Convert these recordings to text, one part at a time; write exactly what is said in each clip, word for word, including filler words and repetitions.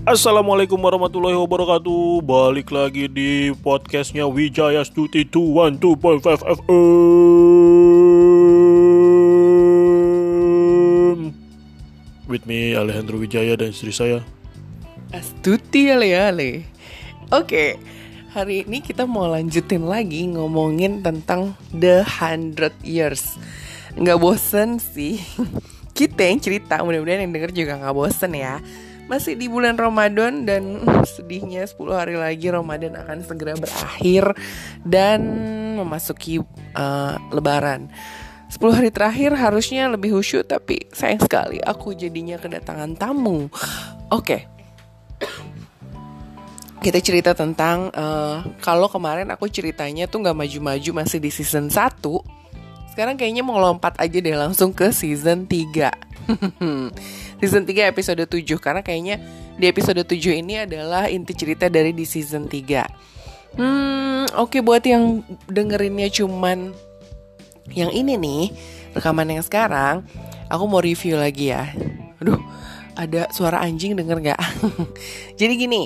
Assalamualaikum warahmatullahi wabarakatuh. Balik lagi di podcastnya Wijaya Stuti dua satu dua lima F M. With me Alejandro Wijaya dan istri saya Astuti ale-ale. Oke, hari ini kita mau lanjutin lagi ngomongin tentang The Hundred Years. Nggak bosen sih. Kita yang cerita, mudah-mudahan yang denger juga nggak bosen ya. Masih di bulan Ramadan dan sedihnya sepuluh hari lagi Ramadan akan segera berakhir dan memasuki uh, Lebaran. sepuluh hari terakhir harusnya lebih khusyuk, tapi sayang sekali aku jadinya kedatangan tamu. Oke. Kita cerita tentang uh, kalau kemarin aku ceritanya tuh gak maju-maju, masih di season satu. Sekarang kayaknya mau lompat aja deh langsung ke season tiga. Season tiga episode tujuh. Karena kayaknya di episode tujuh ini adalah inti cerita dari di season tiga. Hmm, oke, okay, buat yang dengerinnya cuman yang ini nih, rekaman yang sekarang, aku mau review lagi ya. Aduh, ada suara anjing, denger gak? Jadi gini,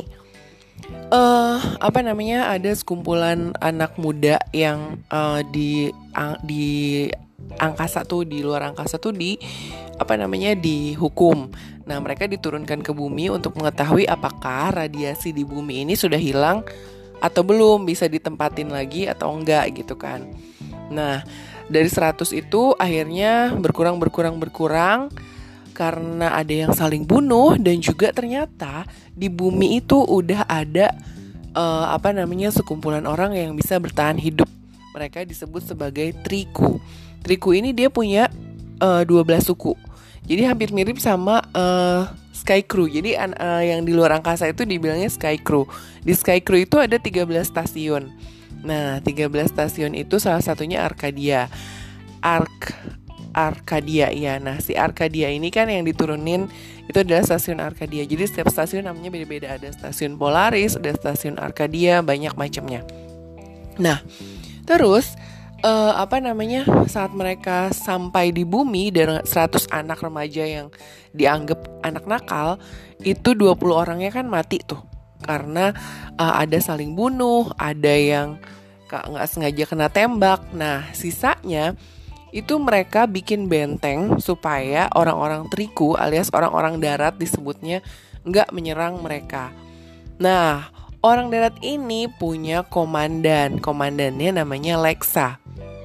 uh, apa namanya, ada sekumpulan anak muda yang uh, di uh, di angkasa tuh, di luar angkasa tuh di apa namanya dihukum. Nah, mereka diturunkan ke bumi untuk mengetahui apakah radiasi di bumi ini sudah hilang atau belum, bisa ditempatin lagi atau enggak gitu kan. Nah, dari seratus itu akhirnya berkurang berkurang berkurang karena ada yang saling bunuh, dan juga ternyata di bumi itu udah ada uh, apa namanya sekumpulan orang yang bisa bertahan hidup. Mereka disebut sebagai Triku. Triku ini dia punya uh, dua belas suku. Jadi hampir mirip sama uh, Sky Crew. Jadi uh, yang di luar angkasa itu dibilangnya Sky Crew. Di Sky Crew itu ada tiga belas stasiun. Nah, tiga belas stasiun itu salah satunya Arcadia. Ark Arcadia ya. Nah, si Arcadia ini kan yang diturunin itu adalah stasiun Arcadia. Jadi setiap stasiun namanya beda-beda. Ada stasiun Polaris, ada stasiun Arcadia, banyak macamnya. Nah, terus Uh, apa namanya saat mereka sampai di bumi dengan seratus anak remaja yang dianggap anak nakal, itu dua puluh orangnya kan mati tuh karena uh, ada saling bunuh, ada yang nggak sengaja kena tembak. Nah, sisanya itu mereka bikin benteng supaya orang-orang Triku alias orang-orang darat disebutnya nggak menyerang mereka. Nah, orang darat ini punya komandan, komandannya namanya Lexa.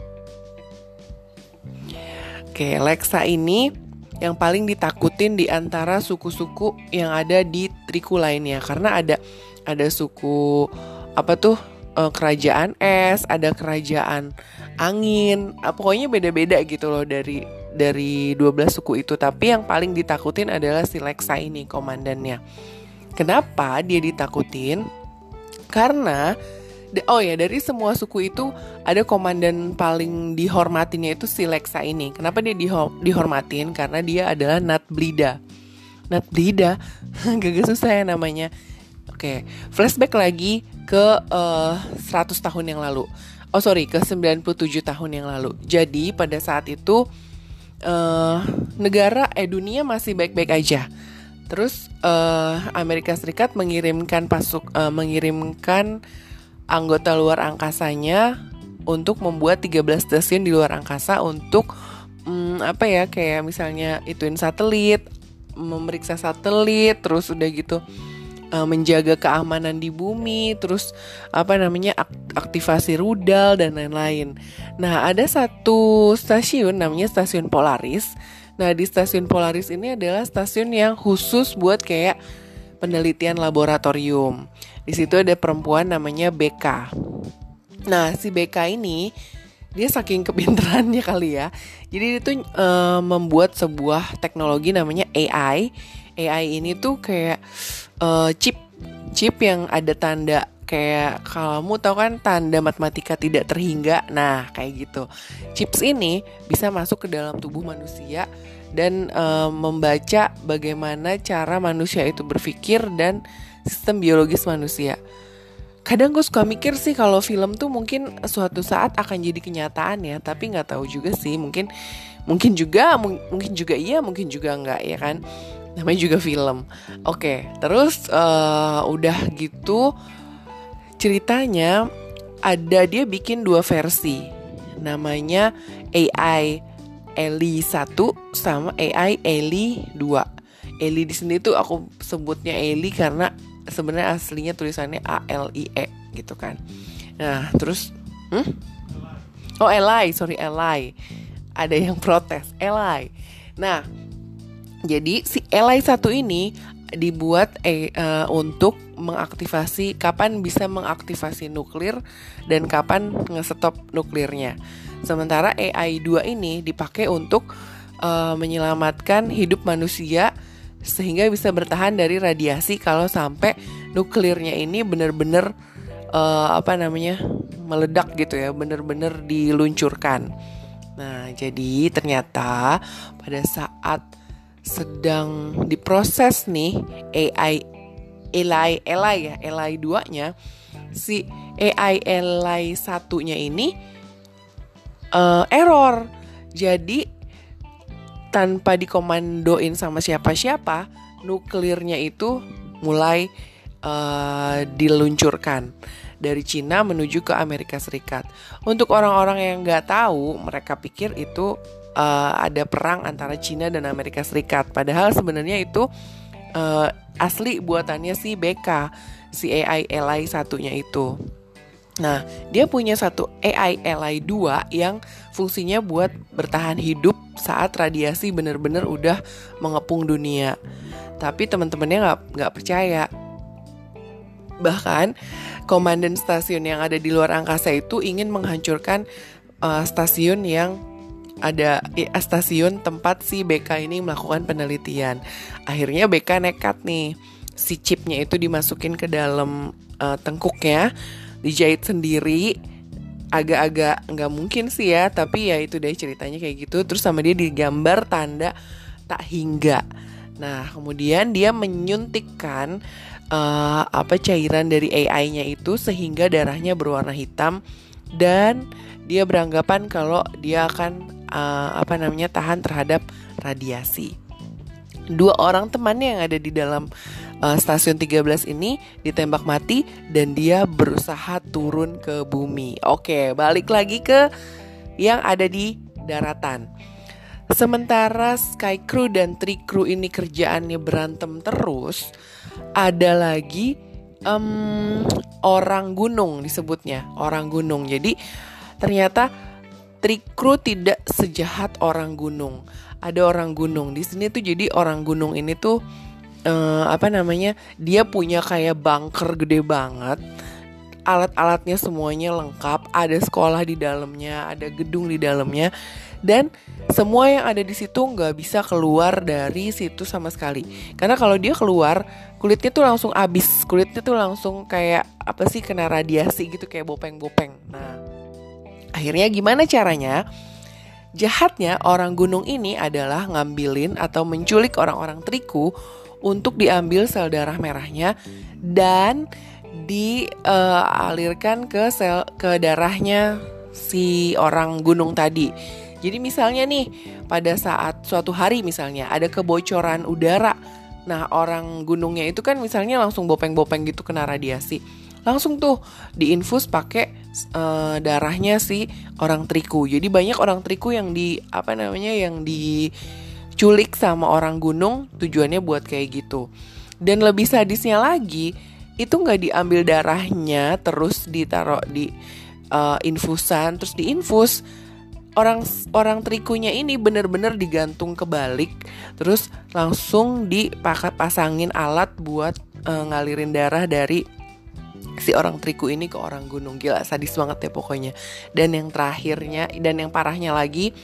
Oke, Lexa ini yang paling ditakutin di antara suku-suku yang ada di Triku lainnya, karena ada ada suku apa tuh e, kerajaan es, ada kerajaan angin, pokoknya beda-beda gitu loh dari dari dua belas suku itu. Tapi yang paling ditakutin adalah si Lexa ini, komandannya. Kenapa dia ditakutin? Karena oh ya, dari semua suku itu ada komandan paling dihormatinnya itu si Lexa ini. Kenapa dia diho- dihormatin? Karena dia adalah Natblida. Natblida, gak susah ya namanya. Oke, flashback lagi ke uh, seratus tahun yang lalu. Oh sorry, ke sembilan puluh tujuh tahun yang lalu. Jadi pada saat itu uh, negara eh dunia masih baik-baik aja. Terus uh, Amerika Serikat mengirimkan pasuk uh, mengirimkan anggota luar angkasanya untuk membuat tiga belas stasiun di luar angkasa untuk um, apa ya kayak misalnya ituin satelit, memeriksa satelit, terus udah gitu uh, menjaga keamanan di bumi, terus apa namanya aktivasi rudal dan lain-lain. Nah, ada satu stasiun namanya stasiun Polaris. Nah, di stasiun Polaris ini adalah stasiun yang khusus buat kayak penelitian laboratorium. Di situ ada perempuan namanya B K. Nah, si B K ini dia saking kepintarannya kali ya. Jadi dia tuh uh, membuat sebuah teknologi namanya A I. A I ini tuh kayak uh, chip chip yang ada tanda kayak kamu tahu kan tanda matematika tidak terhingga. Nah, kayak gitu. Chips ini bisa masuk ke dalam tubuh manusia dan uh, membaca bagaimana cara manusia itu berpikir dan sistem biologis manusia. Kadang gue suka mikir sih kalau film tuh mungkin suatu saat akan jadi kenyataan ya, tapi nggak tahu juga sih. Mungkin mungkin juga mungkin juga iya, mungkin juga enggak ya kan. namanya juga film. Oke, terus uh, udah gitu ceritanya ada dia bikin dua versi. Namanya A I Ellie satu sama A I Ellie dua. Ellie di sini tuh aku sebutnya Ellie karena sebenarnya aslinya tulisannya A L I E gitu kan. Nah, terus hmm? Oh, Eli, sorry Eli. Ada yang protes, Eli. Nah, jadi si Eli satu ini dibuat eh, uh, untuk mengaktifasi kapan bisa mengaktifasi nuklir dan kapan nge-stop nuklirnya. Sementara A I dua ini dipakai untuk uh, menyelamatkan hidup manusia sehingga bisa bertahan dari radiasi kalau sampai nuklirnya ini benar-benar uh, apa namanya meledak gitu ya, benar-benar diluncurkan. Nah, jadi ternyata pada saat sedang diproses nih A I Eli Eli ya Eli dua-nya, si A I Eli satunya ini uh, error. Jadi tanpa dikomandoin sama siapa-siapa, nuklirnya itu mulai uh, diluncurkan dari Cina menuju ke Amerika Serikat. Untuk orang-orang yang nggak tahu, mereka pikir itu uh, ada perang antara Cina dan Amerika Serikat. Padahal sebenarnya itu uh, asli buatannya si B K, si A I Eli satunya itu. Nah, dia punya satu A I Eli dua yang fungsinya buat bertahan hidup saat radiasi benar-benar udah mengepung dunia. Tapi teman-temannya nggak nggak percaya. Bahkan komandan stasiun yang ada di luar angkasa itu ingin menghancurkan uh, stasiun yang ada eh, stasiun tempat si B K ini melakukan penelitian. Akhirnya B K nekat nih, si chipnya itu dimasukin ke dalam uh, tengkuknya, dijahit sendiri. Agak-agak nggak mungkin sih ya, tapi ya itu deh ceritanya kayak gitu. Terus sama dia digambar tanda tak hingga. Nah, kemudian dia menyuntikkan uh, apa cairan dari A I-nya itu sehingga darahnya berwarna hitam dan dia beranggapan kalau dia akan uh, apa namanya tahan terhadap radiasi. Dua orang temannya yang ada di dalam uh, stasiun tiga belas ini ditembak mati dan dia berusaha turun ke bumi. Oke, balik lagi ke yang ada di daratan. Sementara Sky Crew dan Tree Crew ini kerjaannya berantem terus, ada lagi um, orang gunung disebutnya, orang gunung. Jadi ternyata Tree Crew tidak sejahat orang gunung. Ada orang gunung di sini tuh, jadi orang gunung ini tuh uh, apa namanya? Dia punya kayak bunker gede banget. Alat-alatnya semuanya lengkap, ada sekolah di dalamnya, ada gedung di dalamnya, dan semua yang ada di situ nggak bisa keluar dari situ sama sekali. Karena kalau dia keluar, kulitnya tuh langsung abis, kulitnya tuh langsung kayak apa sih kena radiasi gitu, kayak bopeng-bopeng. Nah, akhirnya gimana caranya? Jahatnya orang gunung ini adalah ngambilin atau menculik orang-orang Triku untuk diambil sel darah merahnya dan dialirkan uh, ke sel ke darahnya si orang gunung tadi. Jadi misalnya nih, pada saat suatu hari misalnya ada kebocoran udara. Nah, orang gunungnya itu kan misalnya langsung bopeng-bopeng gitu kena radiasi. Langsung tuh diinfus pakai uh, darahnya si orang Triku. Jadi banyak orang Triku yang di apa namanya yang diculik sama orang gunung, tujuannya buat kayak gitu. Dan lebih sadisnya lagi, itu nggak diambil darahnya terus ditaruh di uh, infusan terus diinfus. Orang orang Trikunya ini benar-benar digantung kebalik, terus langsung dipasangin alat buat uh, ngalirin darah dari si orang Triku ini ke orang gunung. Gila, sadis banget ya pokoknya. Dan yang terakhirnya dan yang parahnya lagi,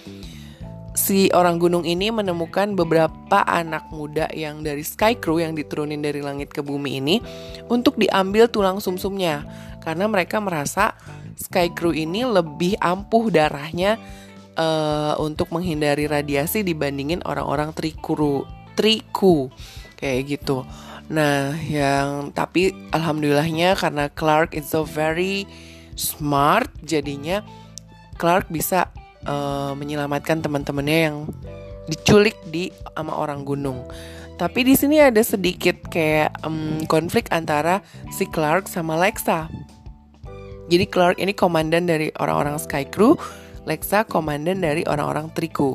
si orang gunung ini menemukan beberapa anak muda yang dari Sky Crew yang diturunin dari langit ke bumi ini untuk diambil tulang sumsumnya, karena mereka merasa Sky Crew ini lebih ampuh darahnya uh, untuk menghindari radiasi dibandingin orang-orang Triku, Triku kayak gitu. Nah, yang tapi alhamdulillahnya karena Clark is so very smart, jadinya Clark bisa uh, menyelamatkan teman-temannya yang diculik di sama orang gunung. Tapi di sini ada sedikit kayak um, konflik antara si Clark sama Lexa. Jadi Clark ini komandan dari orang-orang Sky Crew, Lexa komandan dari orang-orang Triku.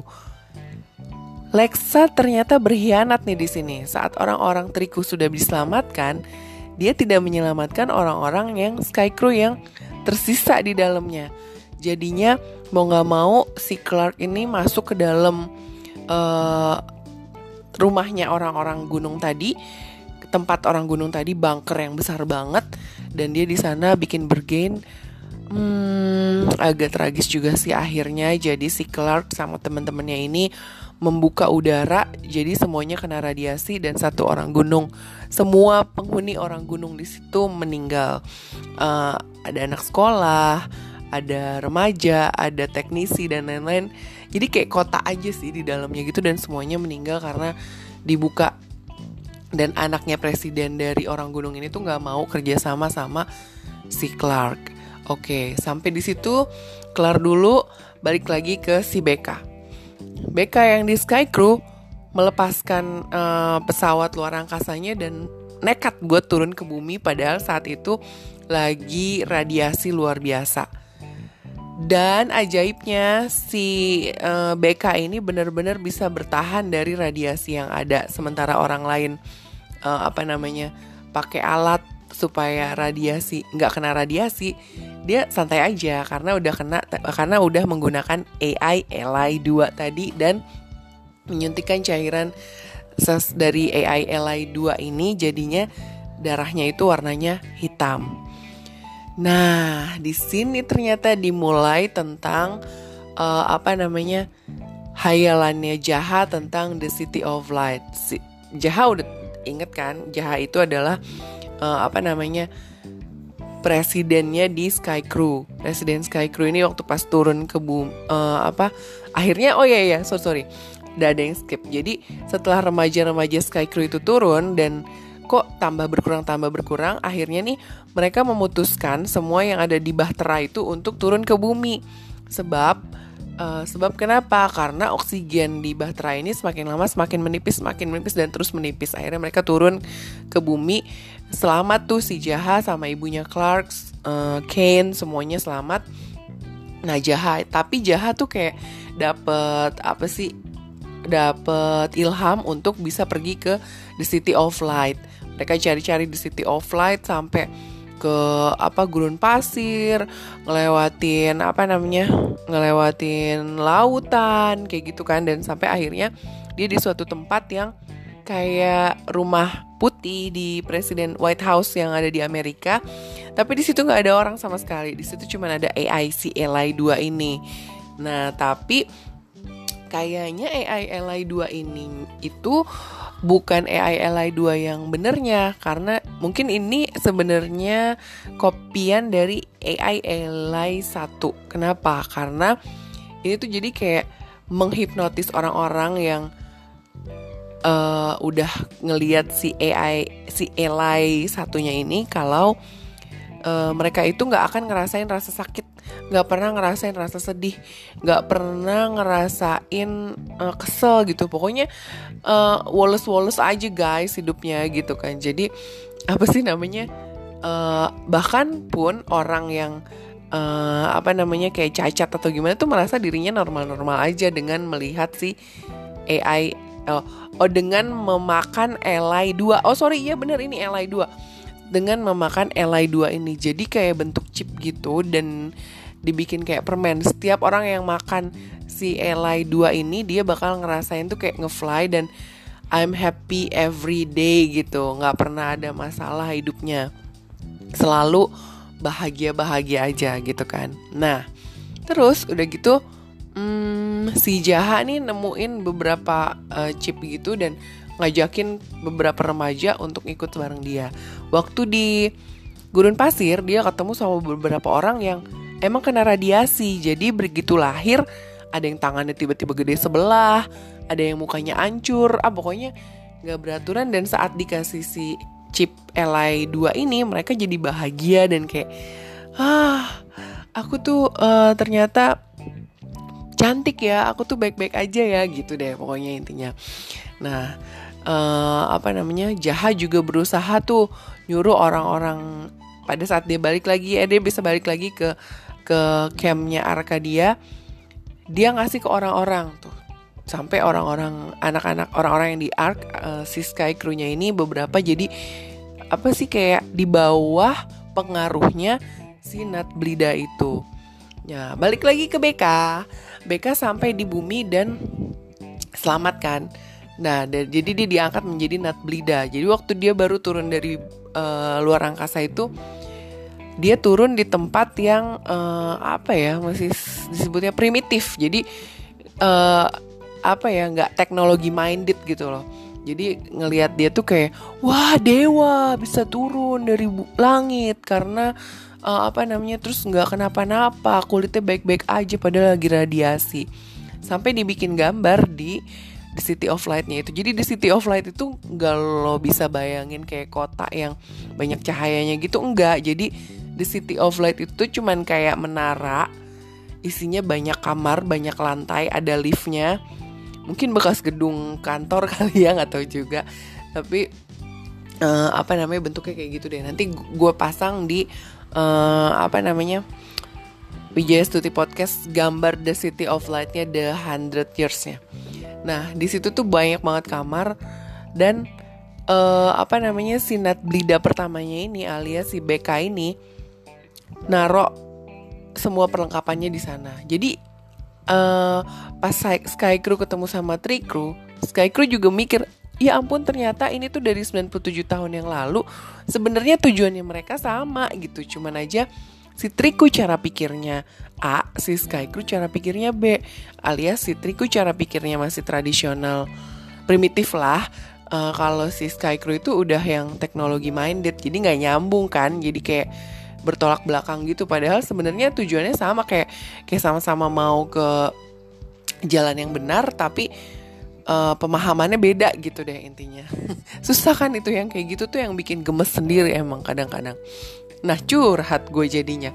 Lexa ternyata berkhianat nih di sini. Saat orang-orang Triku sudah diselamatkan, dia tidak menyelamatkan orang-orang yang Sky Crew yang tersisa di dalamnya. Jadinya mau gak mau si Clark ini masuk ke dalam uh, rumahnya orang-orang gunung tadi, tempat orang gunung tadi, bunker yang besar banget, dan dia di sana bikin bergain. Hmm, agak tragis juga sih akhirnya. Jadi si Clark sama teman-temannya ini membuka udara, jadi semuanya kena radiasi dan satu orang gunung, semua penghuni orang gunung di situ meninggal. Uh, ada anak sekolah, ada remaja, ada teknisi dan lain-lain. Jadi kayak kota aja sih di dalamnya gitu, dan semuanya meninggal karena dibuka. Dan anaknya presiden dari orang gunung ini tuh nggak mau kerja sama sama si Clark. Oke, sampai di situ kelar dulu. Balik lagi ke si Becca. Becca yang di Sky Crew melepaskan uh, pesawat luar angkasanya dan nekat buat turun ke bumi, padahal saat itu lagi radiasi luar biasa. Dan ajaibnya si uh, Becca ini benar-benar bisa bertahan dari radiasi yang ada, sementara orang lain uh, apa namanya pakai alat supaya radiasi nggak kena radiasi, dia santai aja karena udah kena karena udah menggunakan A I L I dua tadi dan menyuntikkan cairan ses dari A I L I dua ini, jadinya darahnya itu warnanya hitam. Nah, di sini ternyata dimulai tentang uh, apa namanya hayalannya Jaha tentang The City of Light. Si, Jaha udah inget kan? Jaha itu adalah uh, apa namanya presidennya di Sky Crew. Presiden Sky Crew ini waktu pas turun ke bumi uh, apa? Akhirnya oh iya iya sorry sorry, udah ada yang skip. Jadi setelah remaja-remaja Sky Crew itu turun dan kok tambah berkurang tambah berkurang, akhirnya nih mereka memutuskan semua yang ada di Bahtera itu untuk turun ke bumi. Sebab uh, sebab kenapa? Karena oksigen di Bahtera ini semakin lama semakin menipis, semakin menipis dan terus menipis. Akhirnya mereka turun ke bumi. Selamat tuh si Jaha sama ibunya Clark, uh, Kane, semuanya selamat. Nah Jaha, tapi Jaha tuh kayak dapet apa sih? Dapet ilham untuk bisa pergi ke The City of Light. Mereka cari-cari The City of Light sampai ke apa gurun pasir, ngelewatin apa namanya, ngelewatin lautan kayak gitu kan, dan sampai akhirnya dia di suatu tempat yang kayak rumah putih di Presiden White House yang ada di Amerika. Tapi di situ nggak ada orang sama sekali. Di situ cuma ada A I si L I dua ini. Nah tapi kayaknya A I L I dua ini itu bukan A I L I dua yang benernya, karena mungkin ini sebenarnya kopian dari A I L I satu. Kenapa? Karena ini tuh jadi kayak menghipnotis orang-orang yang uh, udah ngelihat si A I si L I satunya ini kalau uh, mereka itu nggak akan ngerasain rasa sakit, nggak pernah ngerasain rasa sedih, nggak pernah ngerasain uh, kesel gitu. Pokoknya uh, woles-woles aja guys hidupnya gitu kan. Jadi apa sih namanya uh, bahkan pun orang yang uh, apa namanya kayak cacat atau gimana tuh merasa dirinya normal-normal aja dengan melihat si A I oh, oh dengan memakan L I dua. Oh sorry iya bener ini L I dua. Dengan memakan L I dua ini, jadi kayak bentuk chip gitu dan dibikin kayak permen. Setiap orang yang makan si L I dua ini dia bakal ngerasain tuh kayak ngefly dan I'm happy every day gitu. Gak pernah ada masalah hidupnya, selalu bahagia-bahagia aja gitu kan. Nah terus udah gitu hmm, si Jaha nih nemuin beberapa uh, chip gitu dan ngajakin beberapa remaja untuk ikut bareng dia. Waktu di gurun pasir dia ketemu sama beberapa orang yang emang kena radiasi. Jadi begitu lahir ada yang tangannya tiba-tiba gede sebelah, ada yang mukanya hancur, ah pokoknya gak beraturan. Dan saat dikasih si chip L I dua ini mereka jadi bahagia dan kayak ah aku tuh uh, ternyata cantik ya, aku tuh baik-baik aja ya gitu deh pokoknya intinya. Nah uh, apa namanya, Jaha juga berusaha tuh nyuruh orang-orang pada saat dia balik lagi, eh dia bisa balik lagi ke ke campnya Arcadia, dia ngasih ke orang-orang tuh, sampai orang-orang anak-anak orang-orang yang di Ark uh, si Sky Crew-nya ini beberapa jadi apa sih kayak di bawah pengaruhnya si Nat Blida itu. Ya, balik lagi ke B K. B K sampai di bumi dan selamat kan. Nah, dan, jadi dia diangkat menjadi Nat Blida. Jadi waktu dia baru turun dari uh, luar angkasa itu, dia turun di tempat yang uh, apa ya, masih disebutnya primitif. Jadi uh, apa ya, nggak teknologi minded gitu loh. Jadi ngelihat dia tuh kayak, wah dewa bisa turun dari bu- langit karena uh, apa namanya, terus nggak kenapa-napa, kulitnya baik-baik aja padahal lagi radiasi. Sampai dibikin gambar di The City of Light-nya itu. Jadi The City of Light itu nggak lo bisa bayangin kayak kota yang banyak cahayanya gitu, enggak. Jadi The City of Light itu cuman kayak menara, isinya banyak kamar, banyak lantai, ada liftnya. Mungkin bekas gedung kantor kali ya, nggak tahu juga. Tapi uh, apa namanya, bentuknya kayak gitu deh. Nanti gue pasang di uh, apa namanya, Wijaya Stuti Podcast gambar The City of Light-nya The Hundred Years-nya. Nah di situ tuh banyak banget kamar dan uh, apa namanya, si Nat Blida pertamanya ini alias si B K ini naro semua perlengkapannya di sana. Jadi Uh, pas Sky Crew ketemu sama Tree Crew, Sky Crew juga mikir, ya ampun ternyata ini tuh dari sembilan puluh tujuh tahun yang lalu. Sebenarnya tujuannya mereka sama gitu, cuman aja si Tree Crew cara pikirnya A, si Sky Crew cara pikirnya B, alias si Tree Crew cara pikirnya masih tradisional primitif lah. Uh, kalau si Sky Crew itu udah yang teknologi minded, jadi nggak nyambung kan, jadi kayak bertolak belakang gitu. Padahal sebenarnya tujuannya sama, kayak kayak sama-sama mau ke jalan yang benar, tapi uh, pemahamannya beda gitu deh intinya. Susah kan itu, yang kayak gitu tuh yang bikin gemes sendiri emang kadang-kadang. Nah curhat gue jadinya.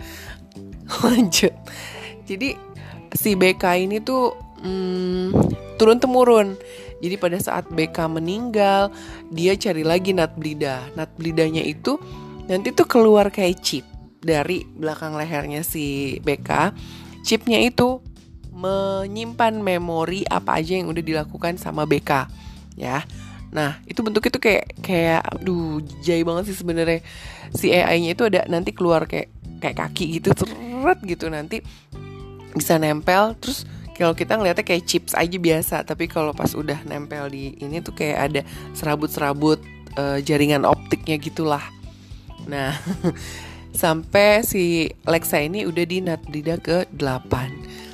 Lanjut. Jadi si B K ini tuh hmm, turun temurun. Jadi pada saat B K meninggal, dia cari lagi Nat Blida. Nat Blidanya itu nanti tuh keluar kayak chip dari belakang lehernya si B K. Chipnya itu menyimpan memori apa aja yang udah dilakukan sama B K, ya. Nah itu bentuknya tuh kayak kayak, aduh jay banget sih sebenarnya. Si A I-nya itu ada nanti keluar kayak kayak kaki gitu, seret gitu, nanti bisa nempel. Terus kalau kita ngeliatnya kayak chips aja biasa, tapi kalau pas udah nempel di ini tuh kayak ada serabut-serabut uh, jaringan optiknya gitulah. Nah sampai si Lexa ini udah di Nat Blida ke delapan.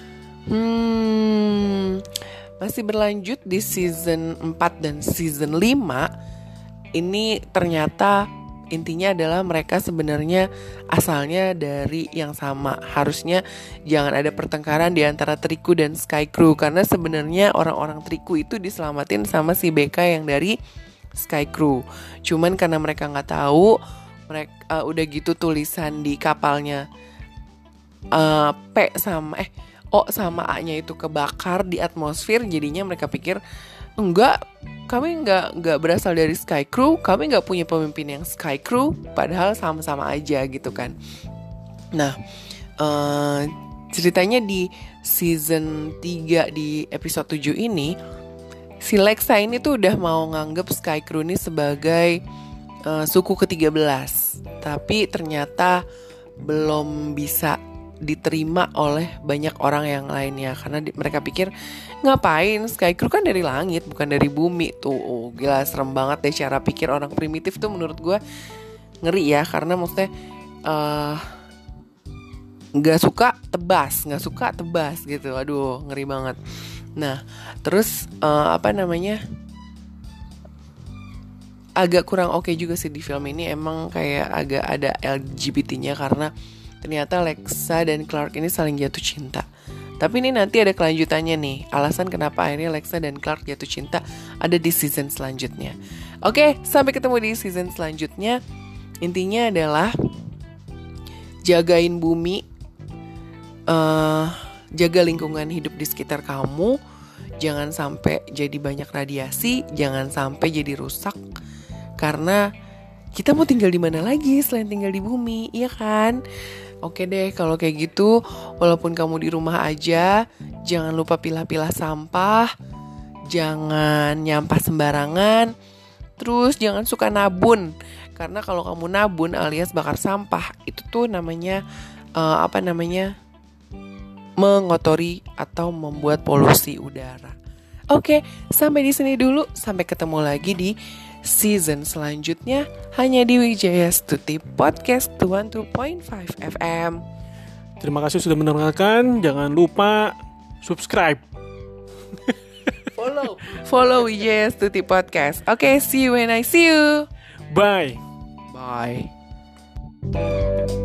Hmm, masih berlanjut di season empat dan season lima. Ini ternyata intinya adalah mereka sebenarnya asalnya dari yang sama. Harusnya jangan ada pertengkaran di antara Tree Crew dan Sky Crew, karena sebenarnya orang-orang Tree Crew itu diselamatin sama si B K yang dari Sky Crew. Cuman karena mereka nggak tahu, mereka uh, udah gitu tulisan di kapalnya uh, P sama eh O sama A-nya itu kebakar di atmosfer. Jadinya mereka pikir, enggak, kami nggak nggak berasal dari Sky Crew, kami nggak punya pemimpin yang Sky Crew, padahal sama-sama aja gitu kan. Nah uh, ceritanya di season tiga di episode tujuh ini, si Lexa ini tuh udah mau nganggep Sky Crew ini sebagai Uh, suku ketiga belas, tapi ternyata belum bisa diterima oleh banyak orang yang lainnya karena di, mereka pikir ngapain, Sky Crew kan dari langit bukan dari bumi tuh. Oh, gila serem banget deh cara pikir orang primitif tuh, menurut gue ngeri ya, karena maksudnya nggak uh, suka tebas, nggak suka tebas gitu. Aduh ngeri banget. Nah terus uh, apa namanya, agak kurang oke okay juga sih di film ini. Emang kayak agak ada L G B T-nya karena ternyata Lexa dan Clark ini saling jatuh cinta. Tapi ini nanti ada kelanjutannya nih, alasan kenapa akhirnya Lexa dan Clark jatuh cinta ada di season selanjutnya. Oke, sampai ketemu di season selanjutnya. Intinya adalah jagain bumi, uh, jaga lingkungan hidup di sekitar kamu. Jangan sampai jadi banyak radiasi, jangan sampai jadi rusak. Karena kita mau tinggal di mana lagi selain tinggal di bumi, iya kan? Oke deh, kalau kayak gitu, walaupun kamu di rumah aja, jangan lupa pilah-pilah sampah, jangan nyampah sembarangan, terus jangan suka nabun. Karena kalau kamu nabun alias bakar sampah, itu tuh namanya uh, apa namanya? mengotori atau membuat polusi udara. Oke, sampai di sini dulu. Sampai ketemu lagi di season selanjutnya hanya di Wijaya Stuti Podcast dua puluh dua koma lima F M. Terima kasih sudah mendengarkan. Jangan lupa subscribe. Follow. Follow Wijaya Stuti Podcast. Oke, see you when I see you. Bye. Bye.